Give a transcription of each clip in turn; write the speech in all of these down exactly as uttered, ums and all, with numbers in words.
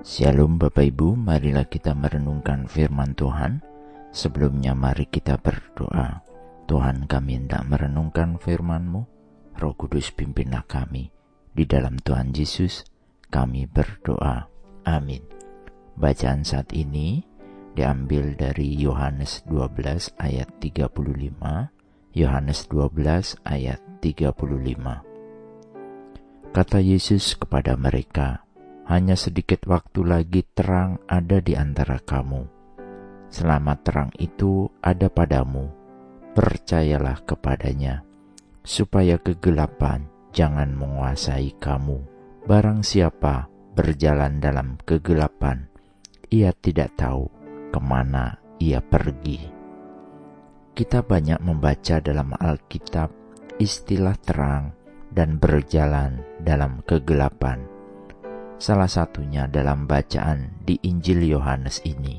Shalom Bapak Ibu, marilah kita merenungkan firman Tuhan. Sebelumnya mari kita berdoa. Tuhan, kami hendak merenungkan firman-Mu. Roh Kudus pimpinlah kami. Di dalam Tuhan Yesus kami berdoa. Amin. Bacaan saat ini diambil dari Yohanes dua belas ayat tiga puluh lima. Yohanes dua belas ayat tiga puluh lima. Kata Yesus kepada mereka, hanya sedikit waktu lagi terang ada di antara kamu. Selama terang itu ada padamu, percayalah kepadanya, supaya kegelapan jangan menguasai kamu. Barang siapa berjalan dalam kegelapan, ia tidak tahu kemana ia pergi. Kita banyak membaca dalam Alkitab istilah terang dan berjalan dalam kegelapan. Salah satunya dalam bacaan di Injil Yohanes ini.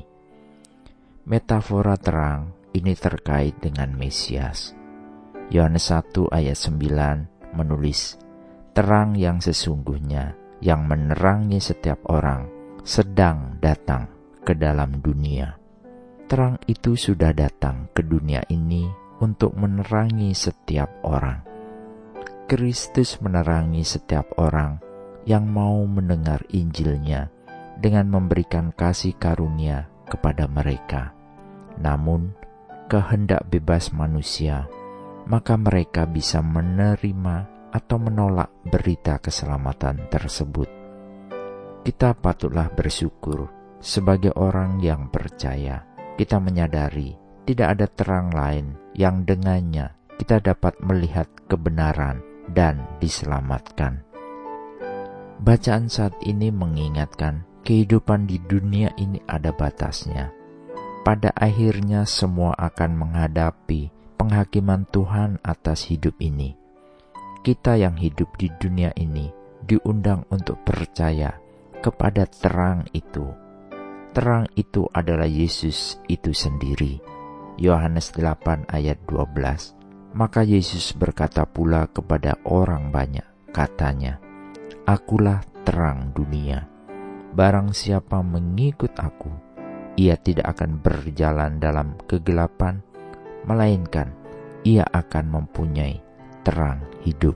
Metafora terang ini terkait dengan Mesias. Yohanes satu ayat sembilan menulis, terang yang sesungguhnya yang menerangi setiap orang sedang datang ke dalam dunia. Terang itu sudah datang ke dunia ini untuk menerangi setiap orang. Kristus menerangi setiap orang yang mau mendengar Injilnya dengan memberikan kasih karunia kepada mereka. Namun, kehendak bebas manusia, maka mereka bisa menerima atau menolak berita keselamatan tersebut. Kita patutlah bersyukur sebagai orang yang percaya. Kita menyadari tidak ada terang lain yang dengannya kita dapat melihat kebenaran dan diselamatkan. Bacaan saat ini mengingatkan kehidupan di dunia ini ada batasnya. Pada akhirnya semua akan menghadapi penghakiman Tuhan atas hidup ini. Kita yang hidup di dunia ini diundang untuk percaya kepada terang itu. Terang itu adalah Yesus itu sendiri. Yohanes delapan ayat dua belas. Maka Yesus berkata pula kepada orang banyak, katanya, Akulah terang dunia. Barang siapa mengikut aku, ia tidak akan berjalan dalam kegelapan, melainkan ia akan mempunyai terang hidup.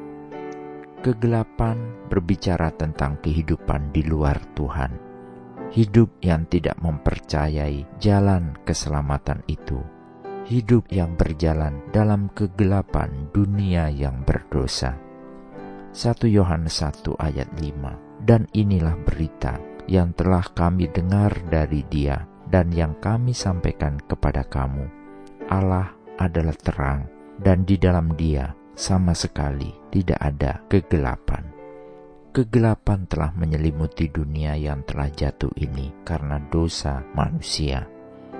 Kegelapan berbicara tentang kehidupan di luar Tuhan. Hidup yang tidak mempercayai jalan keselamatan itu. Hidup yang berjalan dalam kegelapan dunia yang berdosa. satu Yohanes satu ayat lima. Dan inilah berita yang telah kami dengar dari Dia dan yang kami sampaikan kepada kamu. Allah adalah terang dan di dalam Dia sama sekali tidak ada kegelapan. Kegelapan telah menyelimuti dunia yang telah jatuh ini karena dosa manusia.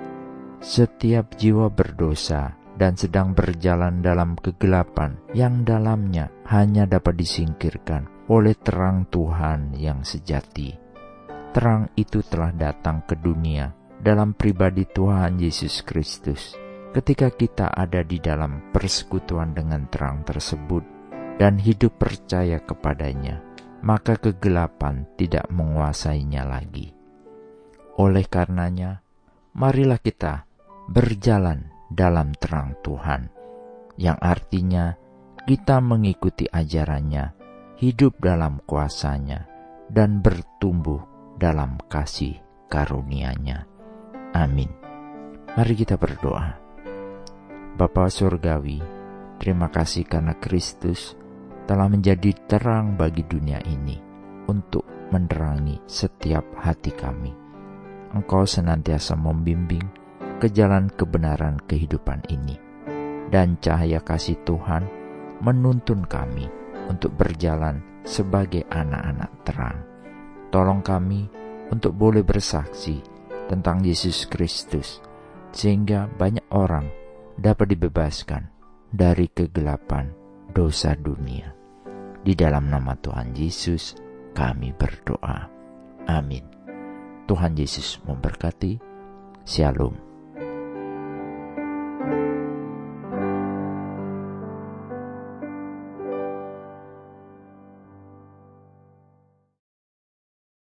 Setiap jiwa berdosa dan sedang berjalan dalam kegelapan yang dalamnya hanya dapat disingkirkan oleh terang Tuhan yang sejati. Terang itu telah datang ke dunia dalam pribadi Tuhan Yesus Kristus. Ketika kita ada di dalam persekutuan dengan terang tersebut dan hidup percaya kepadanya, maka kegelapan tidak menguasainya lagi. Oleh karenanya, marilah kita berjalan dalam terang Tuhan, yang artinya kita mengikuti ajarannya, hidup dalam kuasanya, dan bertumbuh dalam kasih karunia-Nya. Amin. Mari kita berdoa. Bapa Surgawi, terima kasih karena Kristus telah menjadi terang bagi dunia ini untuk menerangi setiap hati kami. Engkau senantiasa membimbing ke jalan kebenaran kehidupan ini. Dan cahaya kasih Tuhan menuntun kami untuk berjalan sebagai anak-anak terang. Tolong kami untuk boleh bersaksi tentang Yesus Kristus, sehingga banyak orang dapat dibebaskan dari kegelapan dosa dunia. Di dalam nama Tuhan Yesus kami berdoa. Amin. Tuhan Yesus memberkati. Shalom.